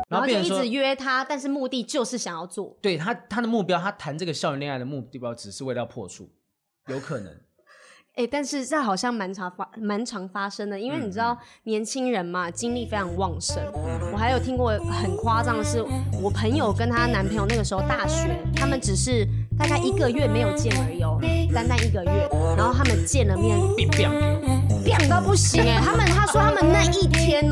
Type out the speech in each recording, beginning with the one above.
然后就一直约他，但是目的就是想要做。 对，他的目标，他谈这个校园恋爱的目标只是为了要破处，有可能。 但是这好像蛮常发生的，因为你知道年轻人嘛，精力非常旺盛。我还有听过很夸张的是，我朋友跟她男朋友那个时候大学，他们只是大概1个月没有见而已哦，单1个月，然后他们见了面，变到不行他说他们那一天。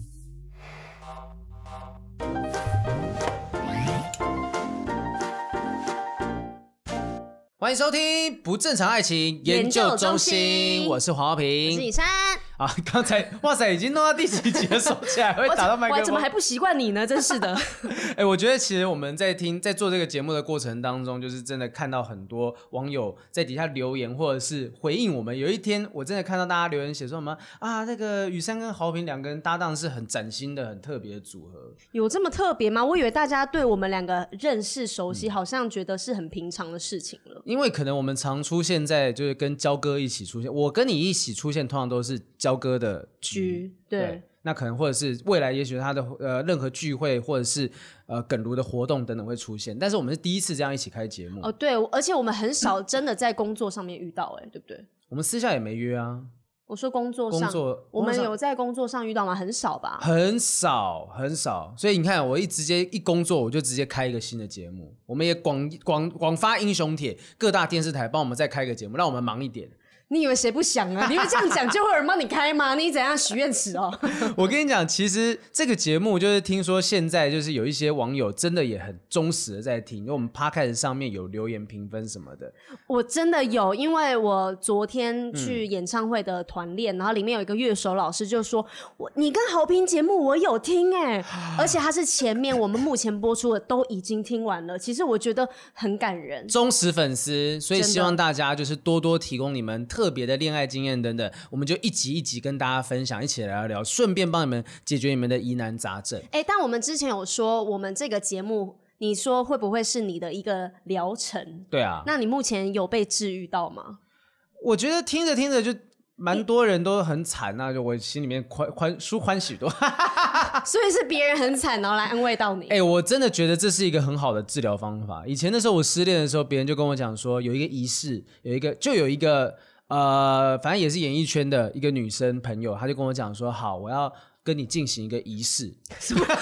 欢迎收听不正常爱情研究中心，我是黄浩平， 我是以珊。 啊，刚才哇塞，已经弄到第几集了，手起来会打到麦克风， 我怎么还不习惯你呢？真是的。 我觉得其实我们在做这个节目的过程当中，就是真的看到很多网友在底下留言或者是回应我们。有一天我真的看到大家留言写说什么啊，那个雨珊跟豪平两个人搭档是很崭新的、很特别的组合。 有这么特别吗？我以为大家对我们两个认识熟悉，好像觉得是很平常的事情了。 因为可能我们常出现在就是跟焦哥一起出现，我跟你一起出现，通常都是焦哥的局， 对， 那可能或者是未来也许他的任何聚会或者是梗炉的活动等等会出现，但是我们是第一次这样一起开节目哦，对，而且我们很少真的在工作上面遇到，对不对？ 我们私下也没约啊。 我说工作上，我们有在工作上遇到吗？很少吧， 很少很少。所以你看，我直接一工作，我就直接开一个新的节目。我们也广发英雄帖，各大电视台帮我们再开一个节目，让我们忙一点。 你以为谁不想啊？你会这样讲就会有人帮你开吗？你怎样许愿池哦？ 我跟你讲，其实这个节目就是听说现在就是有一些网友真的也很忠实的在听，因为我们 Podcast 上面有留言评分什么的。 我真的有，因为我昨天去演唱会的团练，然后里面有一个乐手老师就说，你跟豪平节目我有听而且他是前面我们目前播出的都已经听完了，其实我觉得很感人。 忠实粉丝，所以希望大家就是多多提供你们特别的恋爱经验等等，我们就一集一集跟大家分享，一起来聊聊，顺便帮你们解决你们的疑难杂症。 但我们之前有说，我们这个节目，你说会不会是你的一个疗程？ 对啊， 那你目前有被治愈到吗？ 我觉得听着听着就蛮多人都很惨啊，就我心里面舒欢许多。 所以是别人很惨，然后来安慰到你。 我真的觉得这是一个很好的治疗方法。以前的时候我失恋的时候，别人就跟我讲说，有一个仪式，有一个反正也是演艺圈的一个女生朋友，她就跟我讲说，好，我要跟你进行一个仪式。什么？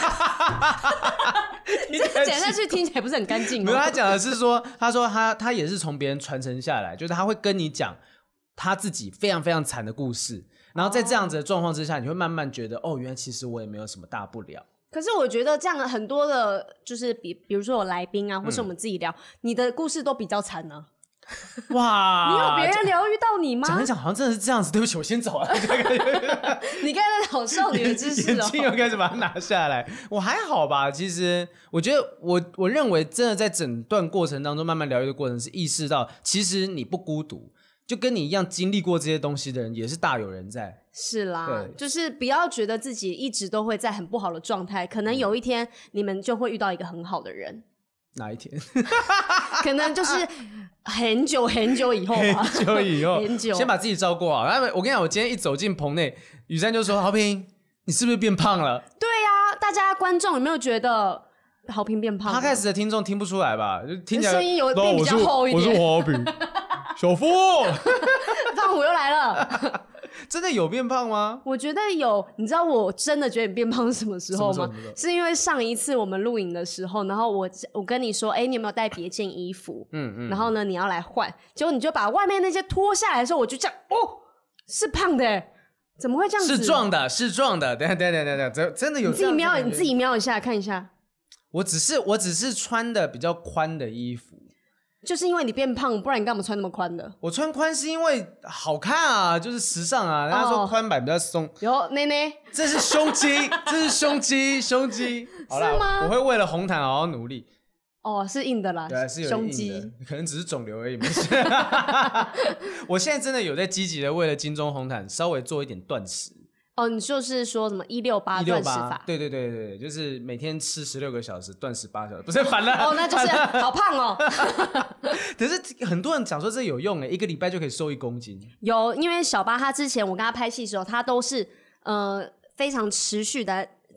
你这个讲下去听起来不是很干净吗？ 没有，他讲的是说，他说他也是从别人传承下来，就是他会跟你讲他自己非常非常惨的故事，然后在这样子的状况之下，你会慢慢觉得，原来其实我也没有什么大不了。 可是我觉得这样很多的，就是比如说有来宾啊，或是我们自己聊，你的故事都比较惨呢。 哇！ 你有别人疗愈到你吗？ 讲一讲，好像真的是这样子。对不起，我先走了。 你刚才好少女的知识眼镜又开始把它拿下来。我还好吧，其实我觉得我认为真的在整段过程当中，慢慢疗愈的过程是意识到，其实你不孤独。就跟你一样经历过这些东西的人也是大有人在。 是啦，就是不要觉得自己一直都会在很不好的状态，可能有一天你们就会遇到一个很好的人。 哪一天？ 可能就是很久很久以后吧。 很久以后， 很久。 先把自己照顾好。我跟你讲，我今天一走进棚内，雨珊就说：“豪平，你是不是变胖了？” 对啊，大家观众有没有觉得豪平变胖了？ 他开始的听众听不出来吧？就听起来声音有变比较厚一点。 我是豪平。小夫， 胖虎又来了。 真的有变胖吗？ 我觉得有。你知道我真的觉得你变胖是什么时候吗？是因为上一次我们录影的时候，然后我跟你说，你有没有带别件衣服？然后呢，你要来换，结果你就把外面那些脱下来的时候，我就这样，是胖的怎么会这样子？ 是壮的，是壮的。等一下，真的有这样。 你自己瞄一下，看一下。 我只是穿的比较宽的衣服。 就是因为你变胖，不然你干嘛穿那么宽的？ 我穿宽是因为好看啊，就是时尚啊。人家说宽版比较松。 有内内， 这是胸肌，这是胸肌。好啦，是吗？我会为了红毯好好努力。 是硬的啦， 对，是有胸肌， 可能只是肿瘤而已，没事。我现在真的有在积极的为了金钟红毯稍微做一点断食。 你就是说什么168断食法？ 对，就是每天吃16个小时，断食8小时，不是反了？ 那就是好胖哦。 可是很多人讲说这有用1个礼拜就可以瘦1公斤。 有，因为小巴他之前我跟他拍戏的时候，他都是非常持续的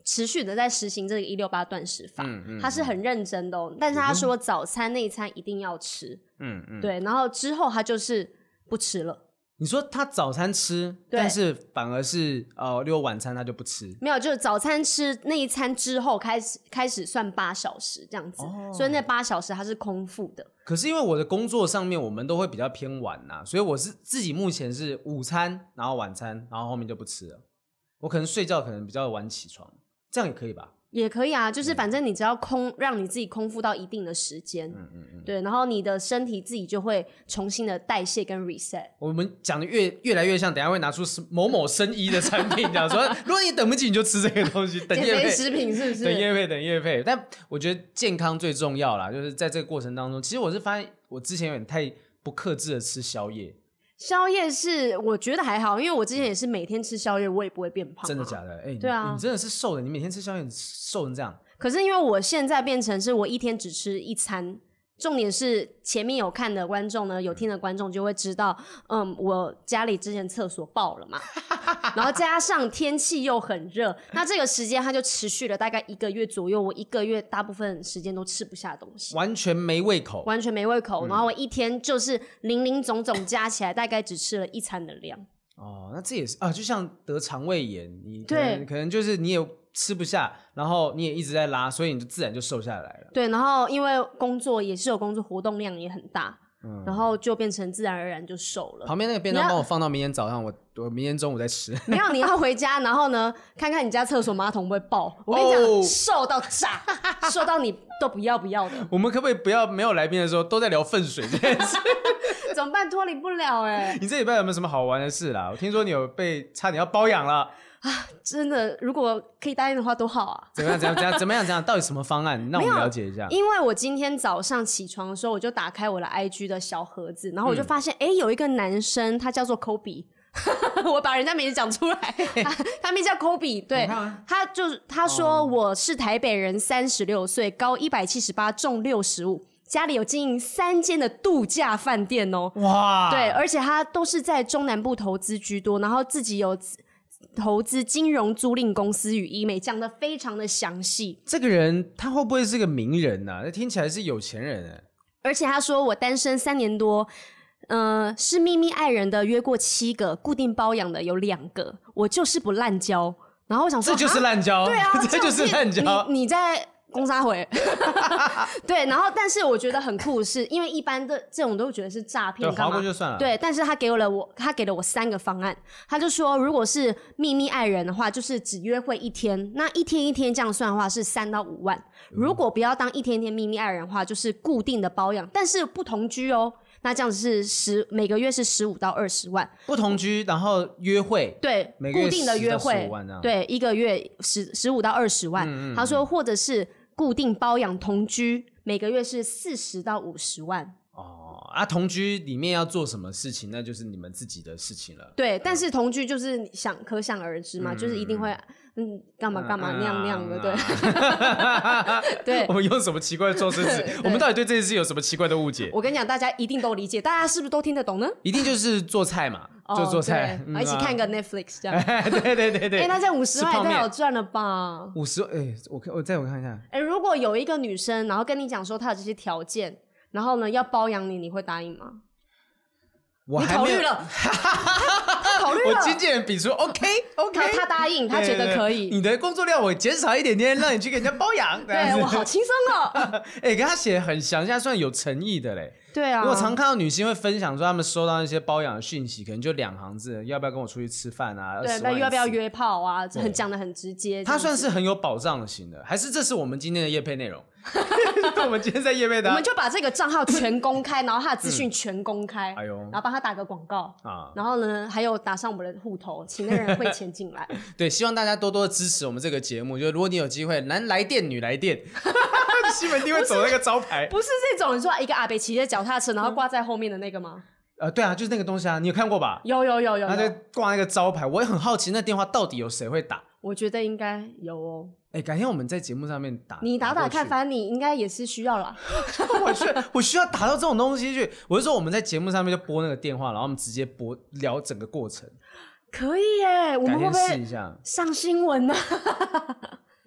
持续的在实行这个168断食法，他是很认真的哦。但是他说早餐那一餐一定要吃，对，然后之后他就是不吃了。 你说他早餐吃，但是反而是例如晚餐他就不吃？ 没有，就是早餐吃那一餐之后开始算8小时这样子，所以那8小时他是空腹的。 可是因为我的工作上面我们都会比较偏晚呐，所以我是自己目前是午餐，然后晚餐，然后后面就不吃了。我可能睡觉可能比较晚起床，这样也可以吧？ 也可以啊，就是反正你只要让你自己空腹到一定的时间，对，然后你的身体自己就会重新的代谢跟 reset。 我们讲的越来越像，等一下会拿出某某生医的产品，讲说如果你等不及你就吃这个东西，等业配减肥食品是不是？ 等业配。但我觉得健康最重要啦，就是在这个过程当中，其实我是发现我之前有点太不克制的吃宵夜。 宵夜是我觉得还好，因为我之前也是每天吃宵夜，我也不会变胖。 真的假的？ 对啊， 你真的是瘦的，你每天吃宵夜，你瘦成这样。 可是因为我现在变成是我一天只吃1餐，重点是前面有看的观众呢，有听的观众就会知道，我家里之前厕所爆了嘛，然后加上天气又很热，那这个时间它就持续了大概1个月左右，我1个月大部分时间都吃不下东西， 完全没胃口， 然后我一天就是零零总总加起来大概只吃了1餐的量。 哦，那这也是啊，就像得肠胃炎，你对可能就是你也吃不下，然后你也一直在拉，所以你就自然就瘦下来了。 对，然后因为工作也是有工作，活动量也很大，然后就变成自然而然就瘦了。 旁边那个便当帮我放到明天早上，我明天中午再吃。 没有，你要回家，然后呢，看看你家厕所马桶会不会爆。我跟你讲，瘦到炸，瘦到你都不要的。 我们可不可以不要没有来宾的时候都在聊粪水这件事？ 怎么办？脱离不了哎。 你这礼拜有没有什么好玩的事啦？我听说你有差点要包养了啊！真的，如果可以答应的话，多好啊！ 怎么样？到底什么方案？让我们了解一下。 因为我今天早上起床的时候，我就打开我的 IG 的小盒子，然后我就发现，有一个男生，他叫做 Kobe。我把人家名字讲出来，他名叫 Kobe， 对，他说我是台北人，36岁，高178，重65。家里有经营3间的度假饭店哦，哇！对，而且他都是在中南部投资居多，然后自己有投资金融租赁公司与医美，讲得非常的详细。 这个人他会不会是个名人啊？那听起来是有钱人哎。 而且他说我单身3年多，是秘密爱人的约过7个，固定包养的有2个，我就是不滥交。然后我想说， 这就是滥交， 对啊， 这就是滥交。 你在攻杀回对，然后但是我觉得很酷的是，因为一般的这种都觉得是诈骗， 对，划过就算了。 对，但是他给了我3个方案，他就说如果是秘密爱人的话，就是只约会1天，那一天这样算的话是3到5万。如果不要当一天秘密爱人的话，就是固定的包养，但是不同居哦。那这样子是每个月是15到20万， 不同居，然后约会， 对， 每个月固定的约会，对，1个月15到20万。他说，或者是固定包养同居，每个月是40到50万。 哦，同居里面要做什么事情，那就是你们自己的事情了。 对，但是同居就是可想而知嘛，就是一定会干嘛那样的，对。对， 我们用什么奇怪的做事情？我们到底对这件事有什么奇怪的误解？ 我跟你讲，大家一定都理解，大家是不是都听得懂呢？ 一定就是做菜嘛，就做菜， 一起看个 Netflix 这样。 对。 那这样50万也太好赚了吧 ？50，我看一下。 如果有一个女生，然后跟你讲说她有这些条件，然后呢要包养你，你会答应吗？你考虑了，他考虑了。 我经纪人比出 OK， 他答应，他觉得可以。 你的工作量我减少一点点，让你去给人家包养。 对，我好轻松哦。 跟他写很详细，算有诚意的嘞。 对啊， 我常看到女星会分享说，他们收到一些包养的讯息，可能就2行字，要不要跟我出去吃饭啊？ 对，那要不要约炮啊？讲得很直接。 他算是很有保障型的，还是这是我们今天的业配内容？我们今天在业配的， 我们就把这个账号全公开，然后他的资讯全公开，然后帮他打个广告啊，然后呢，还有打上我们的户头，请那个人汇钱进来。 对，希望大家多多支持我们这个节目。就如果你有机会，男来电，女来电。西门町会走那个招牌， 不是这种。你说一个阿伯骑着脚踏车，然后挂在后面的那个吗？ 对啊，就是那个东西啊，你有看过吧？ 有。 他在挂那个招牌，我也很好奇，那电话到底有谁会打？ 我觉得应该有哦。 改天我们在节目上面打， 你打看，反正你应该也是需要啦。 我需要打到这种东西去。我是说我们在节目上面就播那个电话，然后我们直接聊整个过程。 可以耶，我们会不会试一下上新闻呢？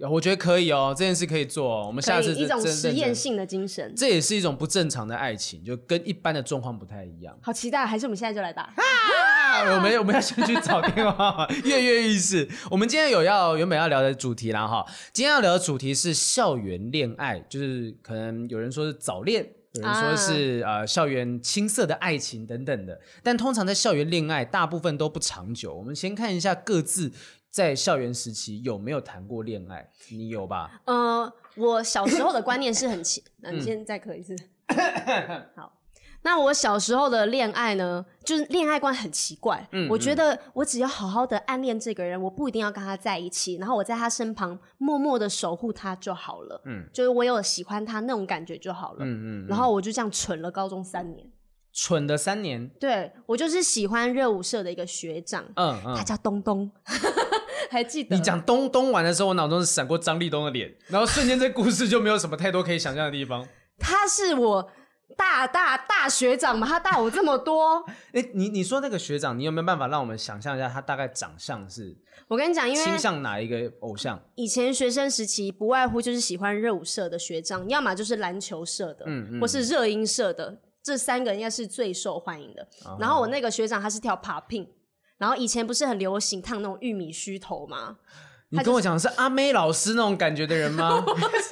我觉得可以哦，这件事可以做哦。我们下次一种实验性的精神， 这也是一种不正常的爱情，就跟一般的状况不太一样。 好期待，还是我们现在就来打？ 我们要先去找电话，跃跃欲试。我们今天原本要聊的主题啦哈，今天要聊的主题是校园恋爱，就是可能有人说是早恋。有人说是校园青涩的爱情等等的，但通常在校园恋爱大部分都不长久。我们先看一下各自在校园时期有没有谈过恋爱，你有吧？ 我小时候的观念是很你现在可以是好。那我小时候的恋爱呢，就是恋爱观很奇怪。我觉得我只要好好的暗恋这个人，我不一定要跟他在一起，然后我在他身旁默默的守护他就好了。就是我有喜欢他那种感觉就好了。然后我就这样蠢了高中3年。 蠢的3年？ 对，我就是喜欢热舞社的一个学长，他叫东东。还记得？ 你讲东东完的时候，我脑中是闪过张立东的脸，然后瞬间这故事就没有什么太多可以想象的地方。 他是我大学长嘛，他大我这么多。 你说那个学长，你有没有办法让我们想象一下他大概长相是？ 我跟你讲，因为倾向哪一个偶像？以前学生时期不外乎就是喜欢热舞社的学长，要么就是篮球社的，或是热音社的，这3个应该是最受欢迎的。然后我那个学长他是跳 popping， 然后以前不是很流行烫那种玉米须头吗？ 你跟我讲的是阿妹老师那种感觉的人吗？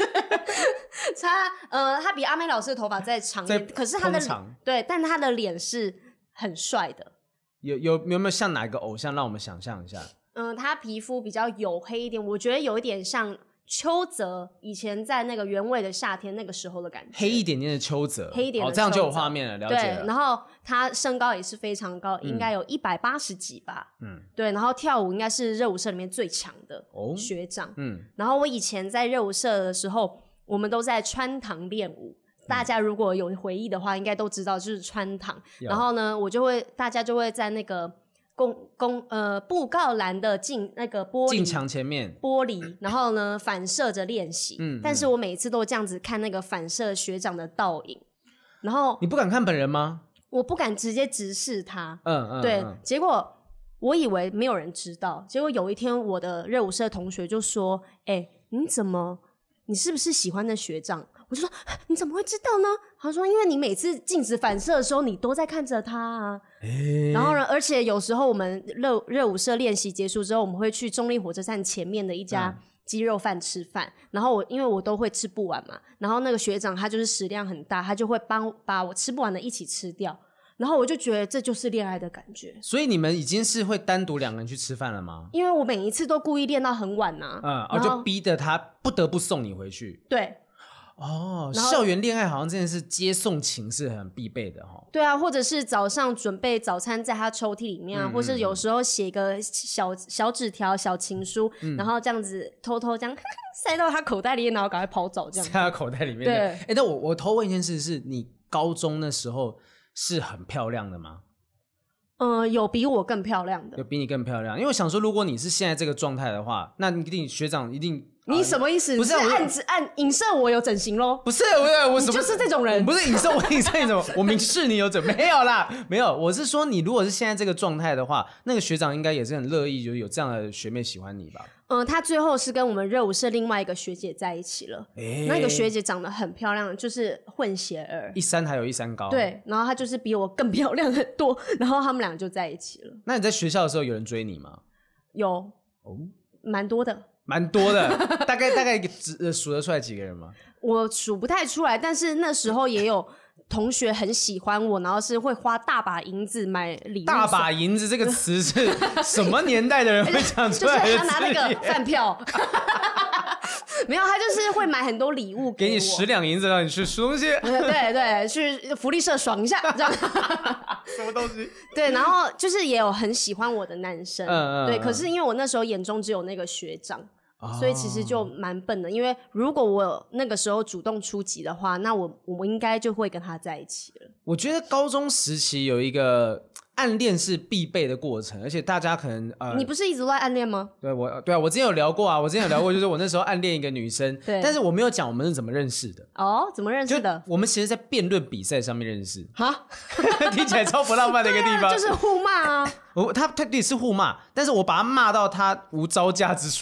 他比阿妹老师的头发再长一点，可是他的对，但他的脸是很帅的。 有没有像哪个偶像让我们想象一下？ 他皮肤比较黝黑一点，我觉得有一点像邱泽以前在那个原味的夏天那个时候的感觉， 黑一点点的邱泽， 黑一点的邱泽， 这样就有画面了，了解了。 对，然后他身高也是非常高，应该有180几吧。对，然后跳舞应该是热舞社里面最强的学长。然后我以前在热舞社的时候，我们都在穿堂练舞。大家如果有回忆的话，应该都知道就是穿堂。然后呢，大家就会在那个布告栏的那个玻璃镜墙前面玻璃，然后呢反射着练习。但是我每次都这样子看那个反射学长的倒影，然后你不敢看本人吗？我不敢直接直视他。对，结果我以为没有人知道，结果有一天我的热舞社同学就说：“你是不是喜欢那学长？”我就说你怎么会知道呢？他说因为你每次镜子反射的时候你都在看着他啊。然后呢，而且有时候我们热舞社练习结束之后，我们会去中立火车站前面的一家鸡肉饭吃饭。然后因为我都会吃不完嘛，然后那个学长他就是食量很大，他就会把我吃不完的一起吃掉。然后我就觉得这就是恋爱的感觉。 所以你们已经是会单独2个人去吃饭了吗？ 因为我每一次都故意练到很晚啊。 就逼得他不得不送你回去。 对。 校园恋爱好像真的是接送情是很必备的齁。 对啊，或者是早上准备早餐在他抽屉里面啊，或是有时候写个小纸条、小情书，然后这样子偷偷这样塞到他口袋里，然后赶快跑走这样。 塞他口袋里面。对。但我偷问一件事，是你高中那时候是很漂亮的吗？ 有比我更漂亮的。 有比你更漂亮，因为我想说，如果你是现在这个状态的话，那一定学长一定。 你什么意思？不是暗影射我有整形咯？ 不是，我你就是这种人。 我不是影射我，影射你什么？我明示你有整，没有啦，没有。我是说，你如果是现在这个状态的话，那个学长应该也是很乐意，就是有这样的学妹喜欢你吧？ 他最后是跟我们热舞社另外一个学姐在一起了。那个学姐长得很漂亮，就是混血儿 ，1'3"还有1'3"高。 对，然后她就是比我更漂亮很多，然后他们俩就在一起了。 那你在学校的时候有人追你吗？ 有，蛮多的。 蛮多的，大概数得出来几个人吗？我数不太出来，但是那时候也有同学很喜欢我，然后是会花大把银子买礼物。大把银子这个词是什么年代的人会讲出来的？ 就是他拿那个饭票。没有，他就是会买很多礼物给你10两银子让你去吃东西。 对，去福利社爽一下，这样。 什么东西？ 对，然后就是也有很喜欢我的男生。对，可是因为我那时候眼中只有那个学长。所以其实就蛮笨的，因为如果我那个时候主动出击的话，那我应该就会跟他在一起了。 我觉得高中时期有一个暗恋是必备的过程，而且大家可能你不是一直都在暗恋吗？ 对啊，我之前有聊过啊，就是我那时候暗恋一个女生，对，但是我没有讲我们是怎么认识的。 怎么认识的？ 我们其实在辩论比赛上面认识。听起来超不浪漫的一个地方。 就是互骂啊。 他对是互骂，但是我把他骂到他无招架之处。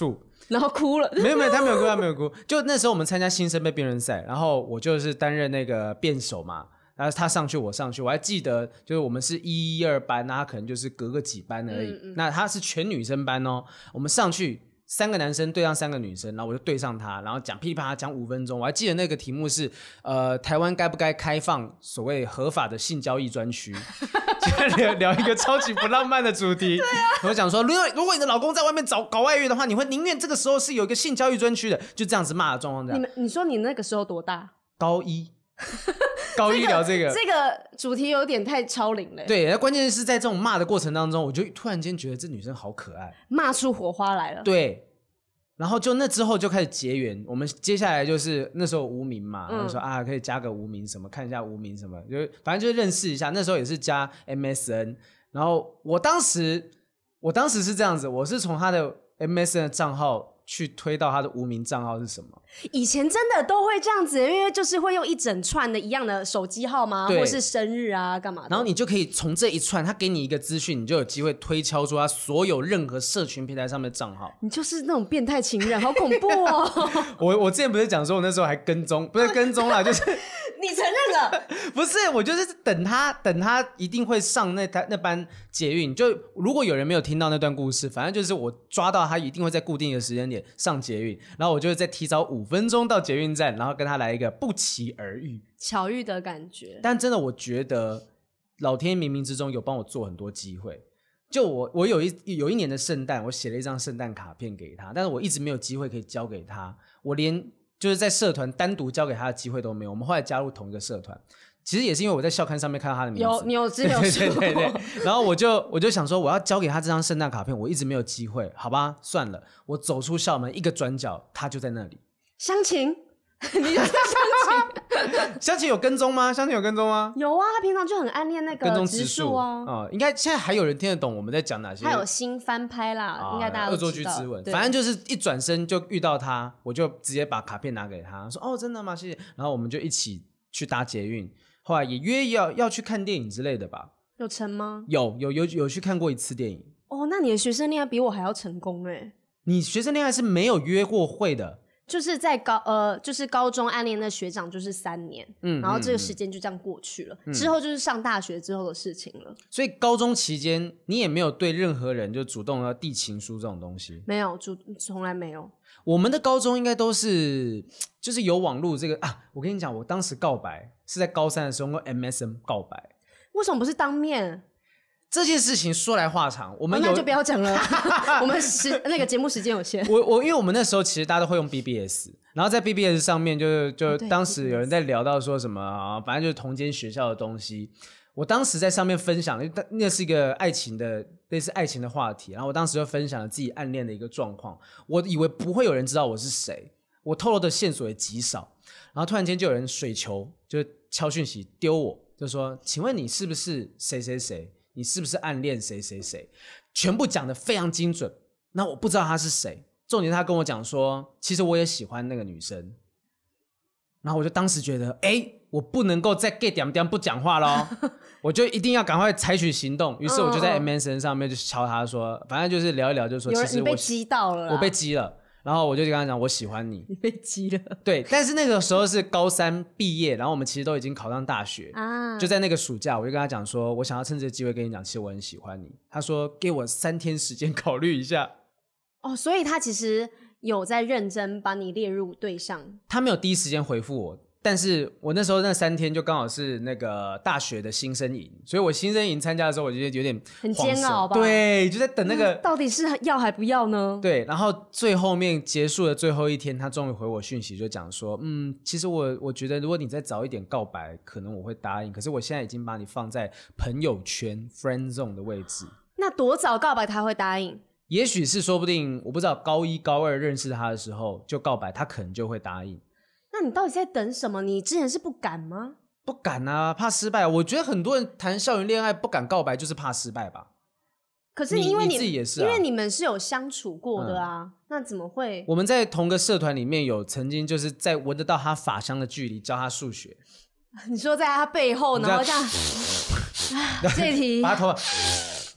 然后哭了。 没有，他没有哭。就那时候我们参加新生杯辩论赛，然后我就是担任那个辩手嘛，然后他上去我上去，我还记得就是我们是112班，那他可能就是隔个几班而已。那他是全女生班哦，我们上去3个男生对上3个女生，然后我就对上他，然后讲噼里啪啦讲5分钟。我还记得那个题目是台湾该不该开放所谓合法的性交易专区，就聊一个超级不浪漫的主题。对啊，我讲说如果你的老公在外面搞外遇的话，你会宁愿这个时候是有一个性交易专区的，就这样子骂的状况这样。 你说你那个时候多大？ 高一聊这个主题有点太超龄了。 对，关键是在这种骂的过程当中，我就突然间觉得这女生好可爱， 骂出火花来了。 对，然后就那之后就开始结缘。我们接下来就是那时候无名嘛，然后说可以加个无名什么，看一下无名什么，就反正就认识一下。那时候也是加 MSN， 然后我当时是这样子，我是从他的 MSN 的账号去推到他的无名账号是什么。 以前真的都会这样子，因为就是会用一整串的一样的手机号码或是生日啊干嘛的， 然后你就可以从这一串他给你一个资讯，你就有机会推敲出他所有任何社群平台上面的账号。 你就是那种变态情人，好恐怖哦。 我之前不是讲说我那时候还跟踪，不是跟踪啦，就是你承认了？ 不是，我就是等他一定会上那班捷运。就如果有人没有听到那段故事，反正就是我抓到他一定会在固定的时间点上捷运，然后我就会再提早5分钟到捷运站，然后跟他来一个不期而遇、 巧遇的感觉。 但真的，我觉得老天冥冥之中有帮我做很多机会。就我有一年的圣诞，我写了一张圣诞卡片给他，但是我一直没有机会可以交给他，我连就是在社团单独交给他的机会都没有。我们后来加入同一个社团，其实也是因为我在校刊上面看到他的名字， 你有之前有说过， 对，然后我就想说我要交给他这张圣诞卡片，我一直没有机会，好吧，算了，我走出校门一个转角，他就在那里。 湘琴，你就是湘琴。 湘琴有跟踪吗？ 有啊，他平常就很暗恋那个跟踪植树啊。 应该现在还有人听得懂我们在讲哪些。 他有新翻拍啦，应该大家都知道。 恶作剧之吻，反正就是一转身就遇到他，我就直接把卡片拿给他，说：“哦，真的吗？谢谢。”然后我们就一起去搭捷运，后来也约要去看电影之类的吧。 有成吗？ 有去看过一次电影。 哦，那你的学生恋爱比我还要成功哎！ 你学生恋爱是没有约过会的。 就是在就是高中暗恋的学长就是3年，然后这个时间就这样过去了，之后就是上大学之后的事情了。 所以高中期间你也没有对任何人就主动要递情书这种东西？ 没有，从来没有。 我们的高中应该都是就是有网络这个啊。我跟你讲，我当时告白是在高3的时候用 MSN 告白。 为什么不是当面？ 这件事情说来话长，我们那就不要讲了。我们那个节目时间有限。 因为我们那时候其实大家都会用 BBS， 然后在 BBS 上面就当时有人在聊到说什么反正就是同间学校的东西。我当时在上面分享，那是一个类似爱情的话题，然后我当时就分享了自己暗恋的一个状况。我以为不会有人知道我是谁，我透露的线索也极少，然后突然间就有人水球就敲讯息丢我，就说：“请问你是不是谁谁谁？你是不是暗恋谁谁谁？”全部讲得非常精准。那我不知道他是谁，重点他跟我讲说，其实我也喜欢那个女生。然后我就当时觉得，我不能够再 get 点点不讲话咯，我就一定要赶快采取行动。于是我就在 MSN 上面就敲他说，反正就是聊一聊，就说其实你被激到了， 我被激了。然后我就跟他讲我喜欢你。 你被激了。 对，但是那个时候是高3毕业，然后我们其实都已经考上大学啊。就在那个暑假，我就跟他讲说，我想要趁这个机会跟你讲，其实我很喜欢你。他说给我3天时间考虑一下。 哦，所以他其实有在认真把你列入对象。 他没有第一时间回复我，但是我那时候那3天就刚好是那个大学的新生营，所以我新生营参加的时候，我觉得有点很煎熬吧？ 对，就在等那个、 到底是要还不要呢？ 对，然后最后面结束的最后一天，他终于回我讯息，就讲说，其实我觉得如果你再早一点告白，可能我会答应，可是我现在已经把你放在朋友圈 friend zone 的位置。 那多早告白他会答应？ 也许是说不定，我不知道高1高2认识他的时候就告白，他可能就会答应。 那你到底在等什么？你之前是不敢吗？ 不敢啊，怕失败。我觉得很多人谈校园恋爱不敢告白，就是怕失败吧。 可是因为你自己也是因为你们是有相处过的啊，那怎么会？ 我们在同个社团里面有曾经就是在闻得到他发香的距离教他数学。 你说在他背后，然后这样这题把他头发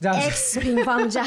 这样子 x 平方加，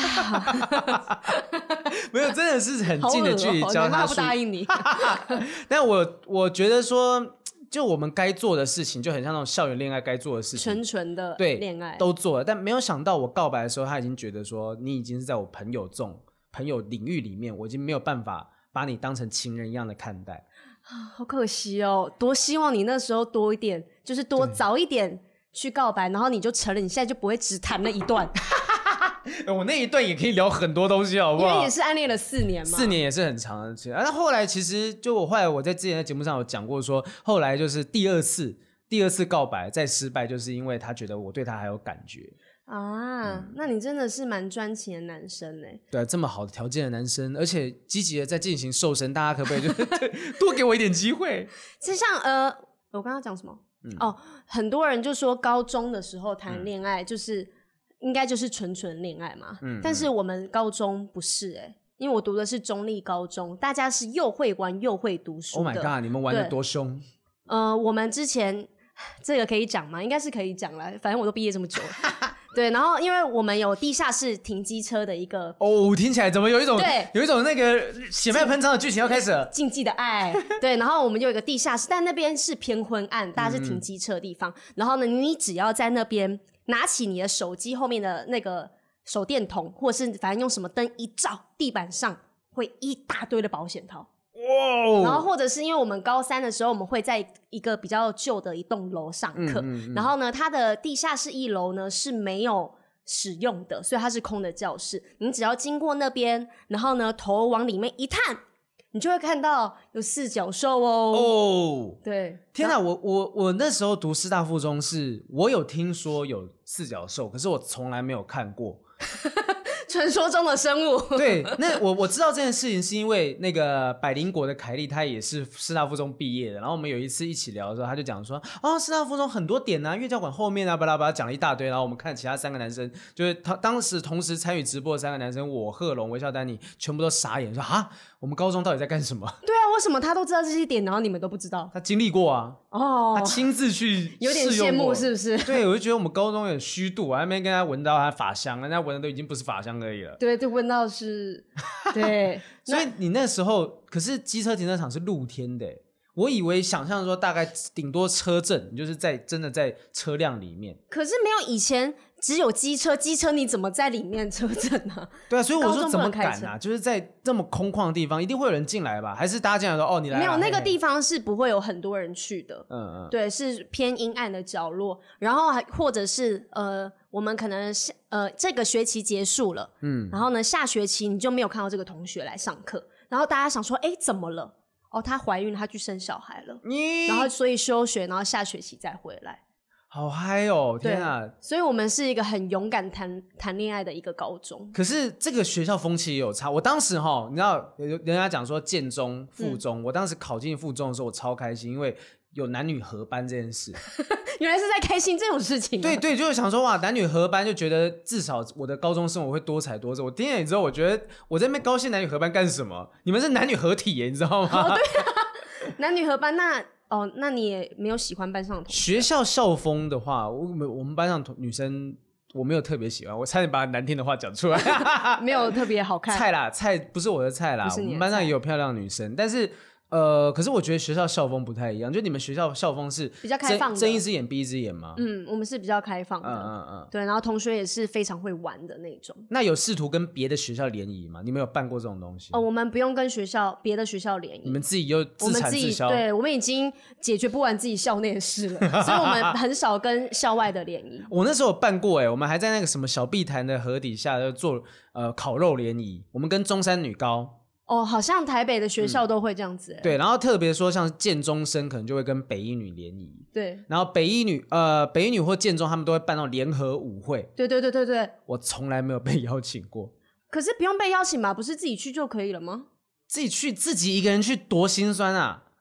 没有，真的是很近的距离教他他不答应你。 但我觉得说，就我们该做的事情，就很像那种校园恋爱该做的事情， 纯的对恋爱都做了，但没有想到我告白的时候，他已经觉得说你已经是在我朋友领域里面，我已经没有办法把你当成情人一样的看待。 好可惜哦，多希望你那时候多一点，就是多早一点去告白，然后你就成了，你现在就不会只谈了一段。 我那一段也可以聊很多东西，好不好？ 因为也是暗恋了4年嘛，4 年也是很长的时间。但后来其实后来我在之前的节目上有讲过说，后来就是第二次告白再失败，就是因为他觉得我对他还有感觉啊。那你真的是蛮专情的男生呢。 对，这么好的条件的男生，而且积极的在进行瘦身，大家可不可以就多给我一点机会？ 就像我刚刚讲什么？很多人就说高中的时候谈恋爱就是应该就是纯恋爱嘛，但是我们高中不是因为我读的是中立高中，大家是又会玩又会读书的。 Oh my god， 你们玩得多凶？ 我们之前这个可以讲吗？应该是可以讲啦，反正我都毕业这么久了。对，然后因为我们有地下室停机车的一个听起来怎么有一种那个血脉喷张的剧情要开始了？ 禁忌的爱。对，然后我们有一个地下室，但那边是偏昏暗，大家是停机车的地方。然后呢，你只要在那边拿起你的手机后面的那个手电筒，或是反正用什么灯一照，地板上会一大堆的保险套。哇！然后或者是因为我们高3的时候，我们会在一个比较旧的一栋楼上课，然后呢，它的地下室1楼呢是没有使用的，所以它是空的教室。你只要经过那边，然后呢头往里面一探，你就会看到有4角兽哦。对， 天哪！我那时候读师大附中我有听说有4角兽，可是我从来没有看过。 传说中的生物。 对，那我知道这件事情是因为那个百灵果的凯莉，她也是师大附中毕业的。然后我们有一次一起聊的时候，她就讲说，师大附中很多点啊，乐教馆后面啊，巴拉巴拉讲了一大堆。然后我们看其他3个男生，就是他当时同时参与直播的3个男生，我、贺龙、微笑丹尼，全部都傻眼，说我们高中到底在干什么？ 对啊，为什么他都知道这些点，然后你们都不知道？ 他经历过啊。他亲自去有点羡慕是不是？ 对，我就觉得我们高中有点虚度，还没跟他闻到他法香，人家闻的都已经不是法香而已了。 对，就闻到是，对。 所以你那时候，可是机车停车场是露天的，我以为想象说大概顶多车阵，你就是真的在车辆里面。 可是没有以前只有机车你怎么在里面车阵啊？ 对啊，所以我说怎么敢啊？就是在这么空旷的地方，一定会有人进来吧？还是大家进来说你来？ 没有，那个地方是不会有很多人去的。对，是偏阴暗的角落。然后或者是我们可能这个学期结束了，然后呢下学期你就没有看到这个同学来上课，然后大家想说怎么了？她怀孕了，她去生小孩了，然后所以休学，然后下学期再回来。 好嗨哦！天啊！ 所以我们是一个很勇敢谈恋爱的一个高中。 可是这个学校风气也有差。我当时你知道人家讲说建中、附中，我当时考进附中的时候，我超开心，因为有男女合班这件事。 原来是在开心这种事情。 对，就是想说男女合班，就觉得至少我的高中生活会多彩多姿。我听了之后，我觉得我在那边高兴男女合班干什么？你们是男女合体耶，你知道吗？ 对啊，男女合班那你也没有喜欢班上的同学？ 学校校风的话，我们班上女生我没有特别喜欢，我差点把难听的话讲出来。 没有特别好看。 菜不是我的菜啦。我们班上也有漂亮的女生，但是可是我觉得学校校风不太一样，就你们学校校风是比较开放的， 睁一只眼闭一只眼吗？ 我们是比较开放的。对，然后同学也是非常会玩的那种。 那有试图跟别的学校联谊吗？你们有办过这种东西？ 我们不用跟别的学校联谊， 你们自己又自产自销。 对，我们已经解决不完自己校内的事了，所以我们很少跟校外的联谊。 我那时候有办过我们还在那个什么小碧潭的河底下做烤肉联谊，我们跟中山女高。 好像台北的学校都会这样子。 对，然后特别说像建中生可能就会跟北一女联谊。 对， 然后北一女或建中他们都会办那种联合舞会。 对， 我从来没有被邀请过。 可是不用被邀请吧？不是自己去就可以了吗？ 自己一个人去多心酸啊！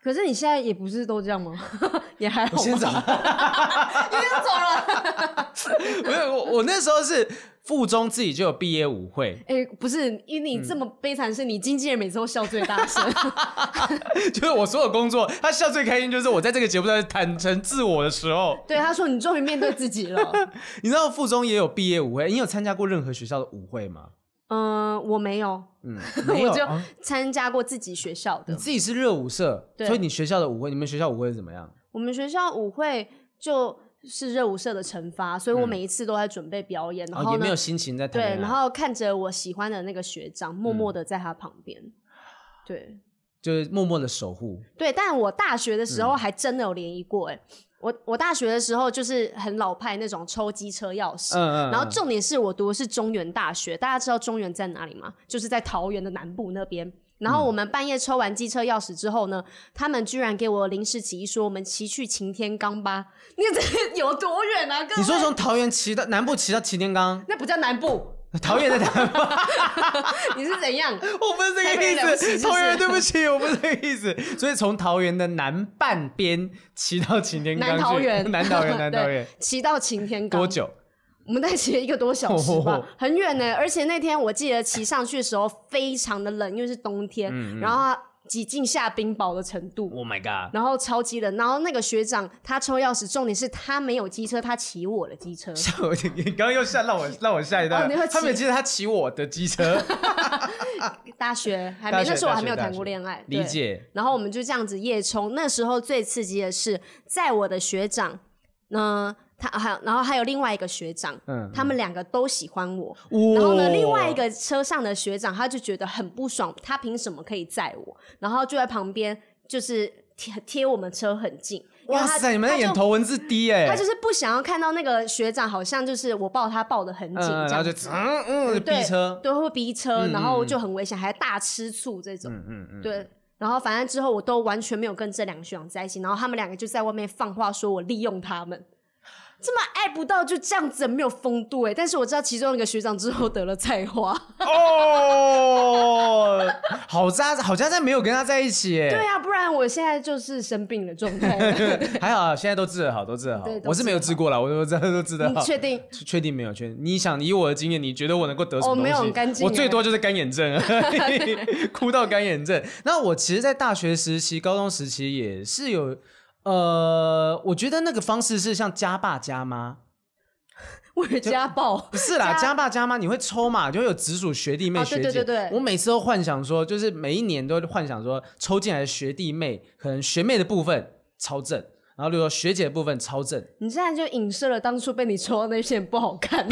可是你现在也不是都这样吗？也还好吗。 我先走， 你又走了。 没有，我那时候是附中自己就有毕业舞会， 不是，因为你这么悲惨，是你经纪人每次都笑最大声。 就是我所有工作，他笑最开心，就是我在这个节目上坦诚自我的时候。 对，他说你终于面对自己了。 你知道附中也有毕业舞会，你有参加过任何学校的舞会吗？ 我没有， 没有， 我就参加过自己学校的。 你自己是热舞社，所以你学校的舞会，你们学校舞会是怎么样？ 我们学校舞会就是热舞社的惩罚，所以我每一次都在准备表演，然后也没有心情在谈恋爱。 对，然后看着我喜欢的那个学长，默默的在他旁边，对， 就是默默的守护。 对，但我大学的时候还真的有联谊过，我大学的时候就是很老派那种抽机车钥匙，然后重点是我读的是中原大学，大家知道中原在哪里吗？就是在桃园的南部那边。然后我们半夜抽完机车钥匙之后呢，他们居然给我临时起意说我们骑去擎天岗吧。那这有多远啊？各位， 你说从桃园骑到南部骑到擎天岗， 那不叫南部。 桃园在南部。 你是怎样？ 我不是这个意思，桃园对不起，我不是这个意思。所以从桃园的南半边骑到擎天岗去， 南桃园， 南桃园， 骑到擎天岗多久？ 我们大概骑了1个多小时吧，很远呢。而且那天我记得骑上去的时候非常的冷，因为是冬天，然后它几近下冰雹的程度。 Oh my god！ 然后超级冷，然后那个学长他抽钥匙，重点是他没有机车，他骑我的机车。 你刚刚又让我吓一跳。他没有记得他骑我的机车。 大学还没，那时候我还没有谈过恋爱， 理解。 然后我们就这样子夜冲。那时候最刺激的是，在我的学长然后还有另外一个学长，他们2个都喜欢我。然后呢，另外一个车上的学长他就觉得很不爽，他凭什么可以载我？然后就在旁边就是贴我们车很近。 哇塞，你们在演头文字 D 哎！ 他就是不想要看到那个学长好像就是我抱他抱得很紧，然后就逼车， 对，会逼车，然后就很危险，还大吃醋这种，对。然后反正之后我都完全没有跟这2个学长在一起，然后他们2个就在外面放话说我利用他们。这么爱不到就这样子没有风度但是我知道其中一个学长之后得了菜花。 好家在没有跟他在一起对啊，不然我现在就是生病的状态。 还好现在都治得好，我是没有治过啦，我都治得好。 你确定？ 确定没有？确定？你想以我的经验，你觉得我能够得什么东西？ 没有很干净， 我最多就是干眼症，哭到干眼症。那我其实在大学时期、高中时期也是有。我觉得那个方式是像家爸家妈， 为了家暴不是啦，家爸家妈你会抽嘛，就会有直属学弟妹学姐。 对， 我每次都幻想说，就是每一年都幻想说，抽进来的学弟妹，可能学妹的部分超正，然后例如说学姐的部分超正。 你现在就影射了当初被你抽到那些人不好看。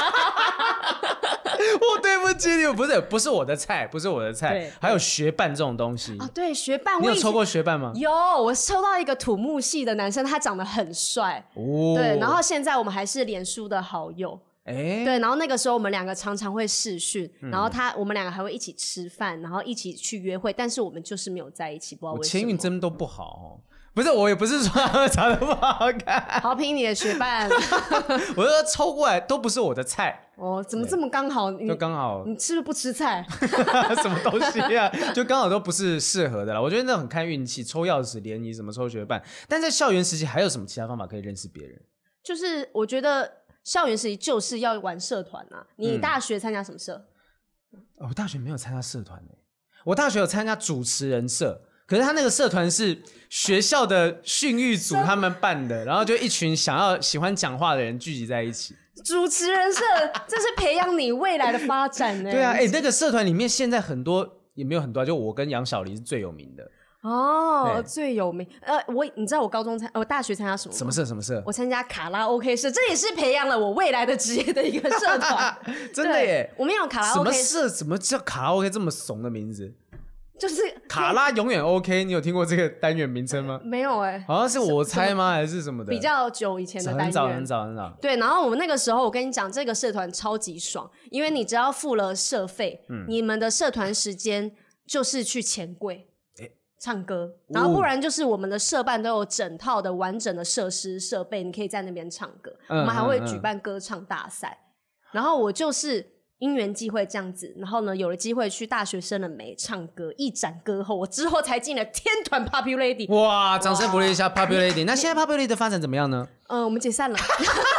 我对不起你，不是我的菜，不是我的菜。还有学伴这种东西对，学伴， 你有抽过学伴吗？ 有，我抽到一个土木系的男生，他长得很帅对，然后现在我们还是脸书的好友对，然后那个时候我们2个常常会视讯，然后我们2个还会一起吃饭，然后一起去约会，但是我们就是没有在一起，不知道为什么。 我前运真都不好不是，我也不是说他们长得不好看， 好评你的学伴。 我说抽过来都不是我的菜怎么这么刚好？ 就刚好， 你吃不吃菜？ 什么东西啊？就刚好都不是适合的啦。我觉得那很看运气，抽钥匙联谊什么抽学伴。但在校园时期还有什么其他方法可以认识别人？ 就是我觉得校园时期就是要玩社团啊。你大学参加什么社？ 我大学没有参加社团我大学有参加主持人社。可是他那个社团是学校的训育组他们办的，然后就一群喜欢讲话的人聚集在一起。 主持人社，这是培养你未来的发展对啊，那个社团里面现在很多也没有很多就我跟杨小黎是最有名的。 最有名。你知道我大学参加什么吗？ 什么社？ 我参加卡拉 OK 社，这也是培养了我未来的职业的一个社团。 真的耶！ 我们有卡拉 OK 社，怎么叫卡拉 OK 这么怂的名字？ 就是卡拉永远 OK， 你有听过这个单元名称吗？ 没有好像是我猜吗？还是什么的？ 比较久以前的单元， 很早。 对，然后我们那个时候，我跟你讲，这个社团超级爽，因为你只要付了社费，你们的社团时间就是去钱柜唱歌，然后不然就是我们的社办都有整套的完整的设施设备，你可以在那边唱歌。我们还会举办歌唱大赛，然后我就是因缘际会这样子，然后呢，有了机会去大学生了没唱歌，一展歌后，我之后才进了天团 Popular Lady。 哇，掌声鼓励一下 Popular Lady。那现在 Popular Lady 的发展怎么样呢？ 我们解散了。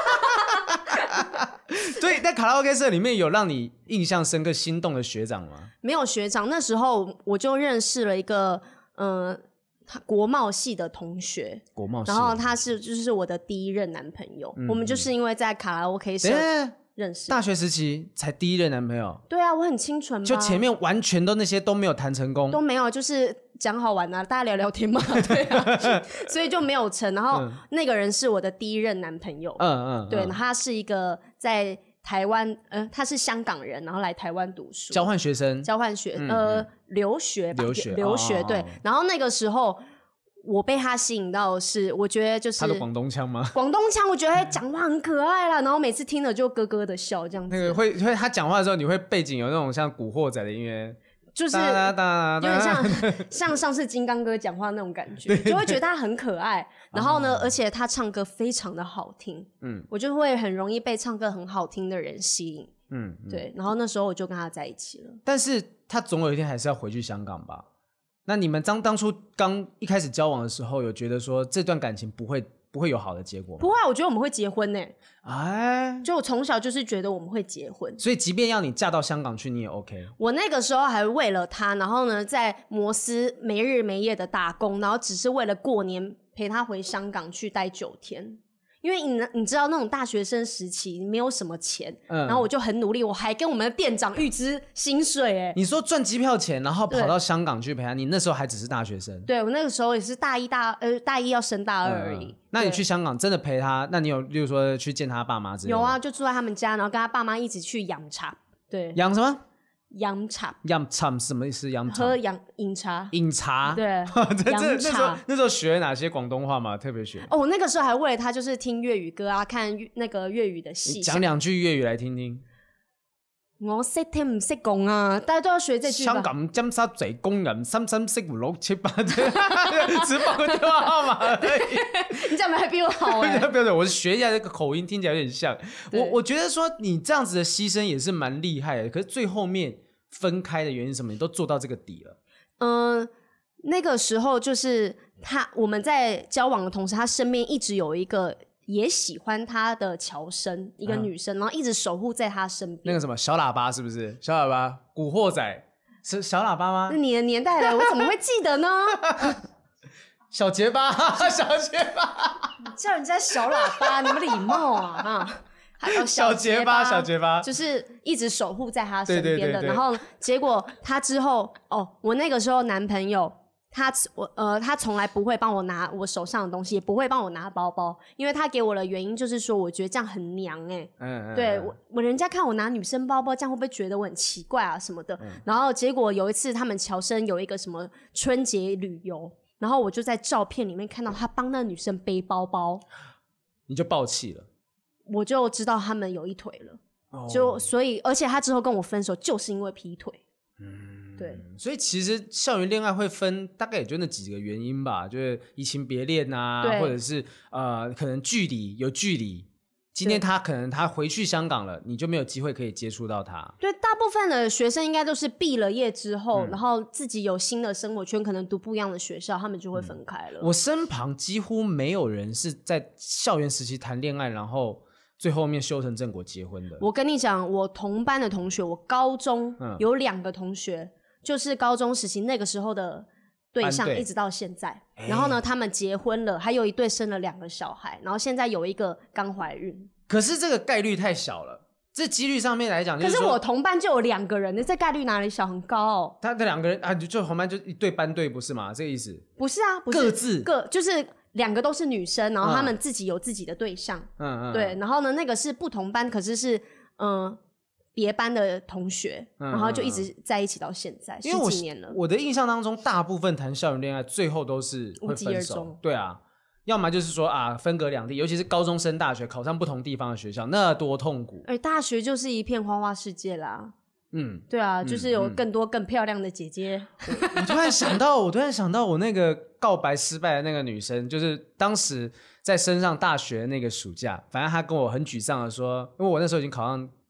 所以在卡拉 OK 社里面有让你印象深刻、心动的学长吗？ 没有学长，那时候我就认识了一个国贸系的同学， 国贸系， 然后他就是我的第一任男朋友，我们就是因为在卡拉 OK 社认识。 大学时期才第一任男朋友？ 对啊，我很清纯吧， 就前面完全都那些都没有谈成功， 都没有，就是讲好玩啊，大家聊聊天嘛，对啊，所以就没有成。然后那个人是我的第一任男朋友，对，他是一个在台湾，他是香港人，然后来台湾读书， 交换学生， 留学吧， 留学， 对。然后那个时候我被他吸引到的是，我觉得就是他的广东腔吗？ 广东腔，我觉得讲话很可爱啦，然后每次听了就咯咯的笑，这样子。 那个会他讲话的时候，你会背景有那种像古惑仔的音乐。 就是有点像上次金刚哥讲话那种感觉，就会觉得他很可爱。然后呢，而且他唱歌非常的好听，我就会很容易被唱歌很好听的人吸引，对。然后那时候我就跟他在一起了。 但是他总有一天还是要回去香港吧？那你们当初刚一开始交往的时候，有觉得说这段感情不会有好的结果吗？ 不会，我觉得我们会结婚呢。 哎， 就我从小就是觉得我们会结婚， 所以即便要你嫁到香港去，你也 OK。我那个时候还为了他，然后呢，在摩斯没日没夜的打工，然后只是为了过年陪他回香港去待9天。因为你知道那种大学生时期没有什么钱，然后我就很努力，我还跟我们的店长预支薪水。 你说赚机票钱，然后跑到香港去陪他，你那时候还只是大学生？ 对，我那个时候也是大一要升大2而已。 那你去香港真的陪他？那你有例如说去见他爸妈之类的？ 有啊，就住在他们家，然后跟他爸妈一起去养茶。对， 养什么？ 饮茶， 饮茶是什么意思？饮茶， 喝饮茶， 饮茶， 对， 饮茶。那时候学哪些广东话嘛？特别学。 我那个时候还为了他，就是听粤语歌啊，看那个粤语的戏。 讲2句粤语来听听。 我識聽唔識講啊，大家都要學這句吧。 香港尖沙咀工人深深識6、7、8，只報個電話號碼而已。 你這樣還比我好哎。 不要，我學一下這個口音，聽起來有點像。我覺得說你這樣子的犧牲也是蠻厲害的，可是最後面分開的原因是什麼？你都做到這個底了。 那個時候就是我們在交往的同時，他身邊一直有一個也喜歡他的僑生，一個女生，然後一直守護在他身邊。 那個什麼小喇叭是不是？小喇叭，古惑仔是小喇叭嗎？ 那你的年代了，我怎麼會記得呢？ 小結巴，小結巴， 叫人家小喇叭，你們禮貌啊！還有小結巴，小結巴， 就是一直守護在他身邊的。 對， 然後結果他之後，我那個時候男朋友。他從來不會幫我拿我手上的東西，也不會幫我拿包包，因為他給我的原因就是說，我覺得這樣很娘對，我人家看我拿女生包包，這樣會不會覺得我很奇怪啊什麼的？然後結果有一次他們僑生有一個什麼春節旅遊，然後我就在照片裡面看到他幫那個女生背包包， 你就爆氣了， 我就知道他們有一腿了，就所以而且他之後跟我分手就是因為劈腿。對， 所以其實校園戀愛會分大概也就那幾個原因吧，就是移情別戀啊，或者是可能有距離。今天他回去香港了，你就沒有機會可以接觸到他。 對，大部分的學生應該都是畢了業之後，然後自己有新的生活圈，可能讀不一樣的學校，他們就會分開了。 我身旁幾乎沒有人是在校園時期談戀愛，然後最後面修成正果結婚的。 我跟你講，我同班的同學，我高中有2個同學，就是高中時期那個時候的對象，一直到現在。然後呢，他們結婚了，還有一對生了2個小孩，然後現在有一個剛懷孕。 可是這個概率太小了，這幾率上面來講， 可是我同班就有2個人，這概率哪裡小？很高。 他的2個人啊，就同班就一對班對，不是嗎？這個意思？ 不是啊，不是就是2個都是女生，然後他們自己有自己的對象。對，然後呢，那個是不同班，可是是別班的同學，然後就一直在一起到現在10幾年了。 我的印象當中，大部分談校園戀愛最後都是會分手。對啊，要麼就是說啊，分隔兩地，尤其是高中升大學，考上不同地方的學校，那多痛苦。大學就是一片花花世界啦。對啊，就是有更多更漂亮的姐姐。 我突然想到我那個告白失敗的那個女生，就是當時在升上大學那個暑假，反正她跟我很沮喪的說，因為我那時候已經考上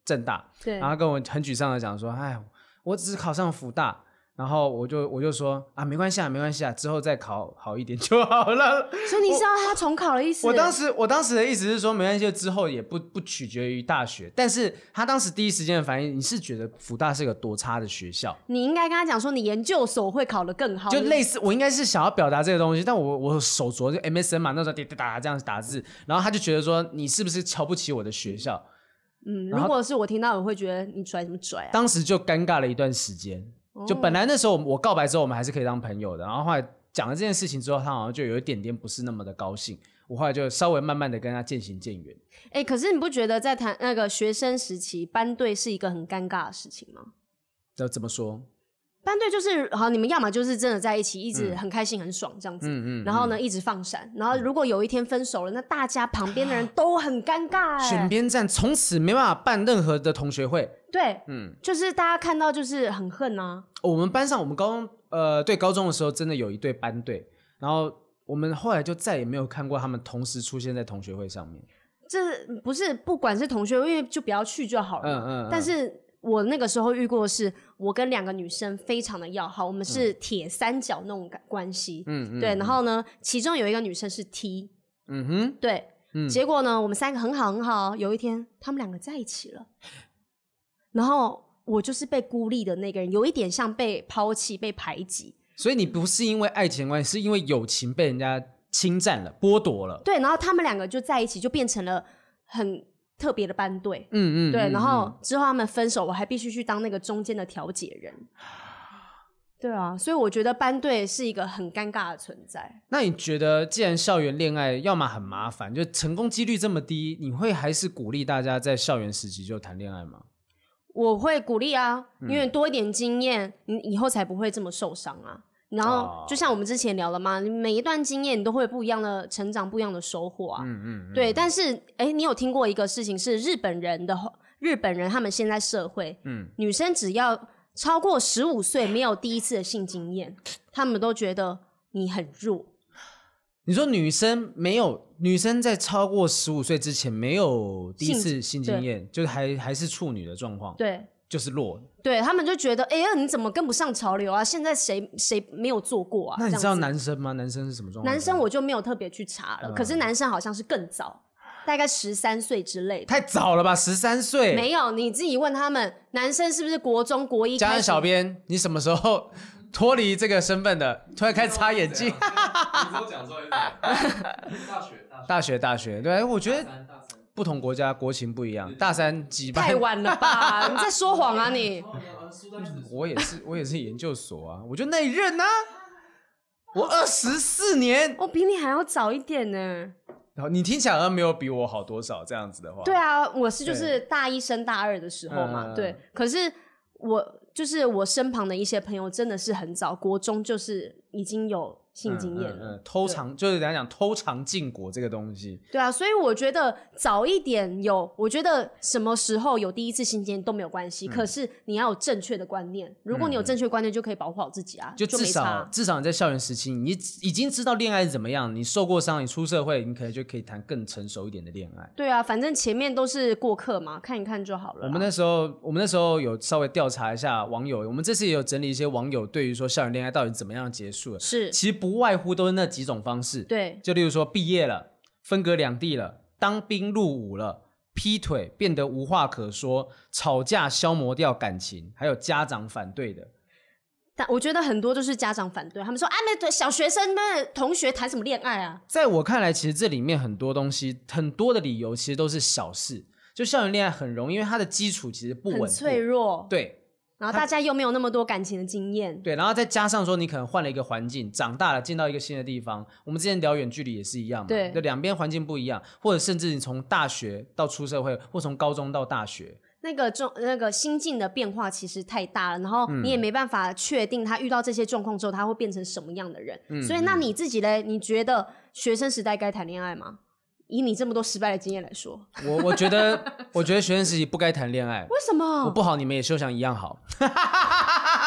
政大， 对， 然后他跟我很沮丧的讲说，哎，我只是考上辅大。然后我就说啊，没关系啊，没关系啊，之后再考好一点就好了。 所以你是要他重考的意思？ 我当时的意思是说，没关系，之后也不取决于大学。但是他当时第一时间的反应，你是觉得辅大是个多差的学校？ 你应该跟他讲说，你研究所会考得更好。 就类似，我应该是想要表达这个东西，但我手镯就 MSN 嘛，那时候打这样打字，然后他就觉得说，你是不是瞧不起我的学校？ 如果是我听到，我会觉得你拽什么拽啊？ 当时就尴尬了一段时间。就本来那时候我告白之后，我们还是可以当朋友的，然后后来讲了这件事情之后，他好像就有一点点不是那么的高兴，我后来就稍微慢慢的跟他渐行渐远。 可是你不觉得在谈那个学生时期班队是一个很尴尬的事情吗？ 怎么说？ 班队就是好，你们要么就是真的在一起，一直很开心很爽这样子，然后呢一直放闪，然后如果有一天分手了，那大家旁边的人都很尴尬选边站，从此没办法办任何的同学会。 对，就是大家看到就是很恨啊。 我们班上，我们高中的时候真的有一对班队，然后我们后来就再也没有看过他们同时出现在同学会上面。 这不是不管是同学会，因为就不要去就好了。但是我那个时候遇过的是，我跟2个女生非常的要好，我们是铁三角那种关系。对，然后呢，其中有一个女生是 T。对，结果呢，我们3个很好很好，有一天他们2个在一起了，然后我就是被孤立的那个人，有一点像被抛弃、被排挤。 所以你不是因为爱情关系，是因为友情被人家侵占了、剥夺了。 对，然后他们2个就在一起，就变成了很特别的班队。对，然后之后他们分手，我还必须去当那个中间的调解人。对啊，所以我觉得班队是一个很尴尬的存在。 那你觉得，既然校园恋爱要么很麻烦，就成功几率这么低，你会还是鼓励大家在校园时期就谈恋爱吗？ 我会鼓励啊，因为多一点经验，你以后才不会这么受伤啊。然后就像我们之前聊了嘛，每一段经验你都会有不一样的成长，不一样的收获啊。对。但是你有听过一个事情是日本人他们现在社会，女生只要超过15岁没有第一次的性经验，他们都觉得你很弱。 你说女生在超过15岁之前没有第一次性经验，就是还是处女的状况， 对， 就是弱。 对，他们就觉得你怎么跟不上潮流啊？现在谁没有做过啊？ 那你知道男生吗？男生是什么状况？ 男生我就没有特别去查了，可是男生好像是更早，大概13岁之类的。 太早了吧？13岁？ 没有，你自己问他们，男生是不是国中国一？ 家人小编，你什么时候脱离这个身份的？突然开始擦眼镜。 你给我讲出来。 大学，对，我觉得不同国家国情不一样。大3几班？ 太晚了吧？你在说谎啊你？ 我也是研究所啊，我就那一任啊，我24年， 我比你还要早一点呢。 然后你听起来好像没有比我好多少，这样子的话。 对啊，我是就是大1升大2的时候嘛，对。可是我身旁的一些朋友真的是很早，国中就是已经有性经验了， 偷尝就是人家讲偷尝禁果这个东西。 对啊，所以我觉得早一点有，我觉得什么时候有第一次性经验都没有关系，可是你要有正确的观念。如果你有正确观念，就可以保护好自己啊， 就至少你在校园时期，你已经知道恋爱是怎么样，你受过伤，你出社会，你可能就可以谈更成熟一点的恋爱。 对啊，反正前面都是过客嘛，看一看就好了。 我们那时候有稍微调查一下网友，我们这次也有整理一些网友对于说校园恋爱到底怎么样结束了。 是， 其实不外乎都是那几种方式。 对， 就例如说毕业了，分隔两地了，当兵入伍了，劈腿变得无话可说，吵架消磨掉感情，还有家长反对的。 但我觉得很多都是家长反对，他们说那小学生那同学谈什么恋爱啊？ 在我看来，其实这里面很多东西，很多的理由其实都是小事。就校园恋爱很容易，因为它的基础其实不稳固， 很脆弱。 对。 然后大家又没有那么多感情的经验， 对，然后再加上说你可能换了一个环境，长大了进到一个新的地方，我们之前聊远距离也是一样嘛， 对， 就两边环境不一样，或者甚至你从大学到出社会，或从高中到大学， 那个心境的变化其实太大了，然后你也没办法确定他遇到这些状况之后他会变成什么样的人，所以那你自己嘞，你觉得学生时代该谈恋爱吗？以你这么多失败的经验来说， 我觉得学生时期不该谈恋爱。 为什么？ 我不好，你们也休想一样好。 什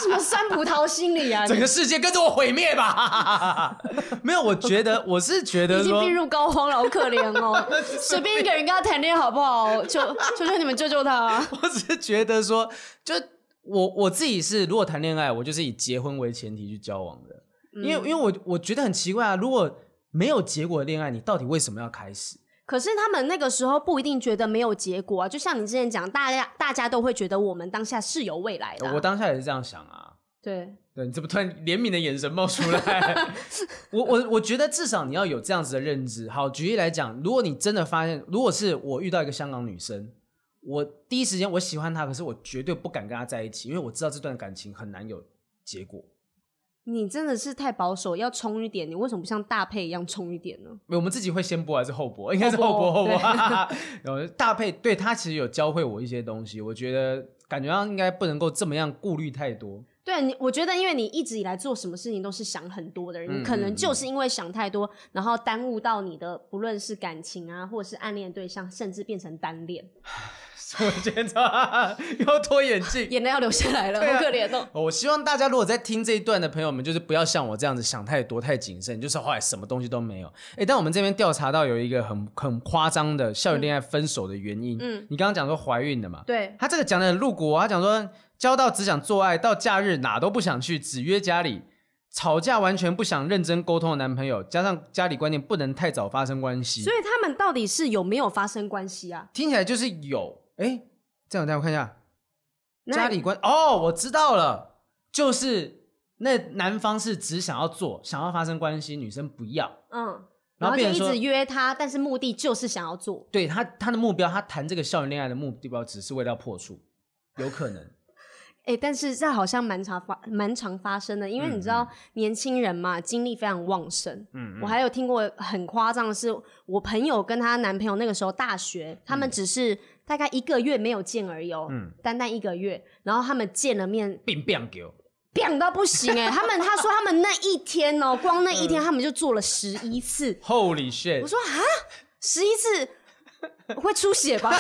什么酸葡萄心理啊？ 整个世界跟着我毁灭吧！没有，我是觉得说已经病入膏肓了，好可怜哦。随便一个人跟他谈恋爱好不好？求求你们救救他！ 我只是觉得说，就我自己是，如果谈恋爱，我就是以结婚为前提去交往的，因为我觉得很奇怪啊，如果没有结果的恋爱，你到底为什么要开始？ 可是他们那个时候不一定觉得没有结果啊，就像你之前讲，大家都会觉得我们当下是有未来的啊。 我当下也是这样想啊。 对， 你怎么突然怜悯的眼神冒出来？我觉得至少你要有这样子的认知。好，举例来讲，如果你真的发现，如果是我遇到一个香港女生，我第一时间我喜欢她，可是我绝对不敢跟她在一起，因为我知道这段感情很难有结果。 你真的是太保守，要冲一点，你为什么不像大配一样冲一点呢？ 我们自己会先播还是后播？应该是后播。大配对他其实有教会我一些东西，我觉得感觉上应该不能够这么样顾虑太多。 对，我觉得因为你一直以来做什么事情都是想很多的人，你可能就是因为想太多，然后耽误到你的不论是感情啊，或者是暗恋对象，甚至变成单恋。 我今天又脱眼镜， 眼泪要流下来了，好可怜哦。 我希望大家如果在听这一段的朋友们，就是不要像我这样子想太多、太谨慎，就是后来什么东西都没有。但我们这边调查到有一个很夸张的校园恋爱分手的原因。你刚刚讲说怀孕的嘛？ 对， 他这个讲的很露骨啊，他讲说交到只想做爱，到假日哪都不想去，只约家里。吵架完全不想认真沟通的男朋友，加上家里观念不能太早发生关系， 所以他们到底是有没有发生关系啊？ 听起来就是有。这样我看一下，家里观我知道了，就是那男方是只想要做，想要发生关系，女生不要， 然后就一直约他，但是目的就是想要做。 对，他的目标，他谈这个校园恋爱的目标只是为了要破处，有可能。 但是这好像蛮常发生的，因为你知道年轻人嘛，精力非常旺盛。我还有听过很夸张的是，我朋友跟她男朋友那个时候大学，他们只是大概1个月没有见而已哦，单1个月，然后他们见了面，病到不行他说他们那一天哦，光那一天他们就做了11次。 Holy shit！ 我说啊，11次会出血吧？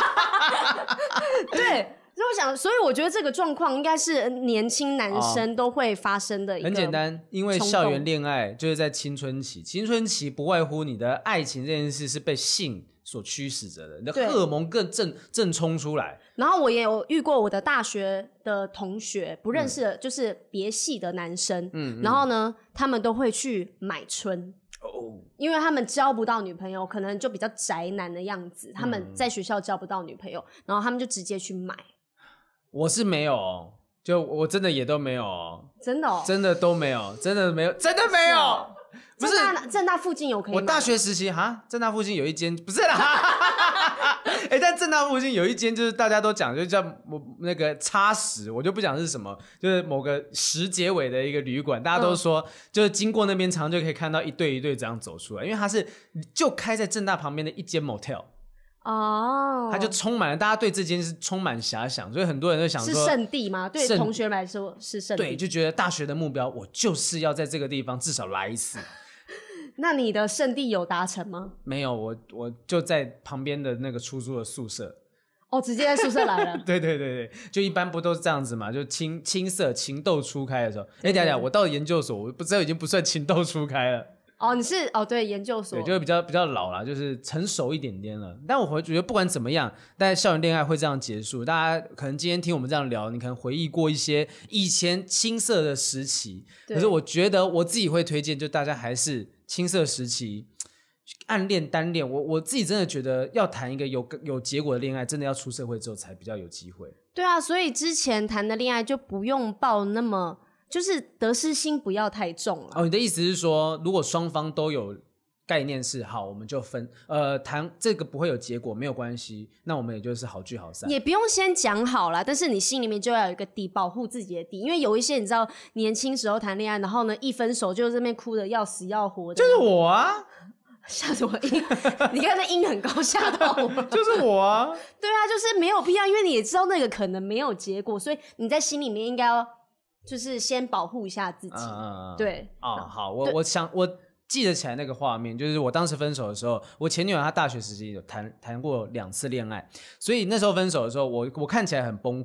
对。所以我觉得这个状况应该是年轻男生都会发生的一个。 很简单，因为校园恋爱就是在青春期，青春期不外乎你的爱情这件事是被性所驱使着的，你的荷尔蒙更正冲出来。然后我也有遇过我的大学的同学，不认识的就是别系的男生，然后呢，他们都会去买春。因为他们交不到女朋友，可能就比较宅男的样子，他们在学校交不到女朋友，然后他们就直接去买。 我是没有，就我真的也都没有， 真的真的都没有，真的没有，不是政大附近有可以买。 我大学时期政大附近有一间，不是啦，但政大附近有一间就是大家都讲，就叫那个叉10，我就不讲是什么，就是某个10结尾的一个旅馆，大家都说就是经过那边常就可以看到一对一对这样走出来，因为它是就开在政大旁边的一间 motel。它就充满了，大家对这件事充满遐想，所以很多人都想说是圣地吗？对同学来说是圣地。 对，就觉得大学的目标，我就是要在这个地方至少来一次。 那你的圣地有达成吗？ 没有，我就在旁边的那个出租的宿舍。 直接在宿舍来了。 对，就一般不都是这样子嘛？就青涩情窦初开的时候。等一下，我到了研究所，我不知道已经不算情窦初开了。 你是对研究所， 对，就比较老啦，就是成熟一点点了。但我觉得不管怎么样，但校园恋爱会这样结束。大家可能今天听我们这样聊，你可能回忆过一些以前青涩的时期，可是我觉得我自己会推荐，就大家还是青涩时期暗恋单恋。我自己真的觉得要谈一个有结果的恋爱，真的要出社会之后才比较有机会。 对啊，所以之前谈的恋爱就不用抱那么。就是得失心不要太重了。 你的意思是说，如果双方都有概念是好，我们就分，谈这个不会有结果，没有关系，那我们也就是好聚好散。 也不用先讲好啦，但是你心里面就要有一个底，保护自己的底。因为有一些你知道，年轻时候谈恋爱，然后呢一分手就这边哭得要死要活的。 就是我啊！ 吓死我音！你看那音很高，吓到我。 就是我啊！ 对啊，就是没有必要，因为你也知道那个可能没有结果，所以你在心里面应该要。就是先保护一下自己，对。 好，我记得起来那个画面，就是我当时分手的时候，我前女友她大学时期有谈过2次恋爱，所以那时候分手的时候，我看起来很崩溃，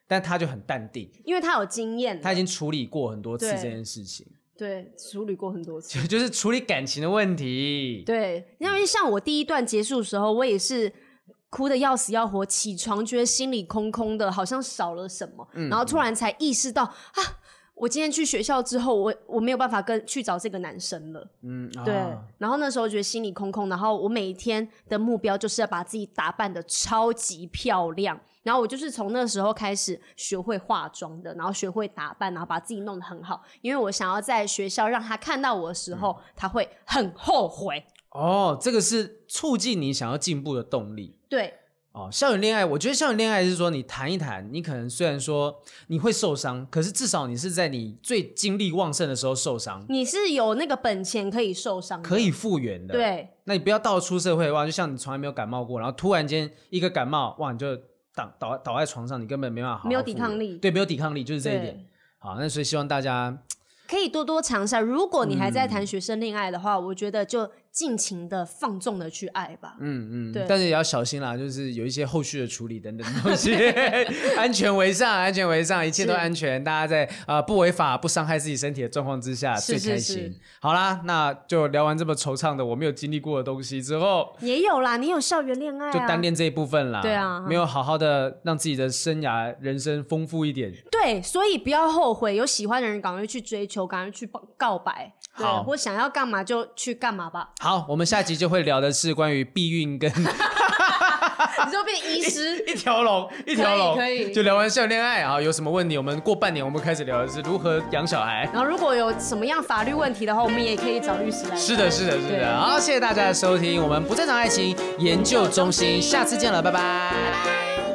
但他就很淡定， 因为他有经验， 他已经处理过很多次这件事情。 对，处理过很多次， 就是处理感情的问题。 对，因为像我第一段结束的时候，我也是哭得要死要活，起床觉得心里空空的，好像少了什么，然后突然才意识到我今天去学校之后，我没有办法去找这个男生了。对。然后那时候觉得心里空空，然后我每一天的目标就是要把自己打扮得超级漂亮。然后我就是从那时候开始学会化妆的，然后学会打扮，然后把自己弄得很好，因为我想要在学校让他看到我的时候，他会很后悔。 这个是促进你想要进步的动力。 对。 校园恋爱，我觉得校园恋爱是说你谈一谈，你可能虽然说你会受伤，可是至少你是在你最精力旺盛的时候受伤， 你是有那个本钱可以受伤的， 可以复原的。 对， 那你不要到了出社会的话，就像你从来没有感冒过，然后突然间一个感冒，哇，你就倒在床上，你根本没办法好好复原， 没有抵抗力。 对，没有抵抗力，就是这一点。好，那所以希望大家可以多多尝试。如果你还在谈学生恋爱的话，我觉得就尽情的放纵的去爱吧。对。 但是也要小心啦，就是有一些后续的处理等等的东西，安全为上，安全为上，一切都安全。大家在不违法、不伤害自己身体的状况之下最开心。好啦，那就聊完这么惆怅的我没有经历过的东西之后， 也有啦，你有校园恋爱啊， 就单恋这一部分啦。 对啊， 没有好好的让自己的生涯人生丰富一点。 对，所以不要后悔，有喜欢的人赶快去追求，赶快去告白。对，或想要干嘛就去干嘛吧。 好，我们下集就会聊的是关于避孕跟你就变医师一条龙， 可以就聊完校园恋爱啊，有什么问题我们过半年我们开始聊的是如何养小孩。 然后如果有什么样法律问题的话，我们也可以找律师来。 是的。好，谢谢大家的收听，我们不正常爱情研究中心，下次见了，拜拜。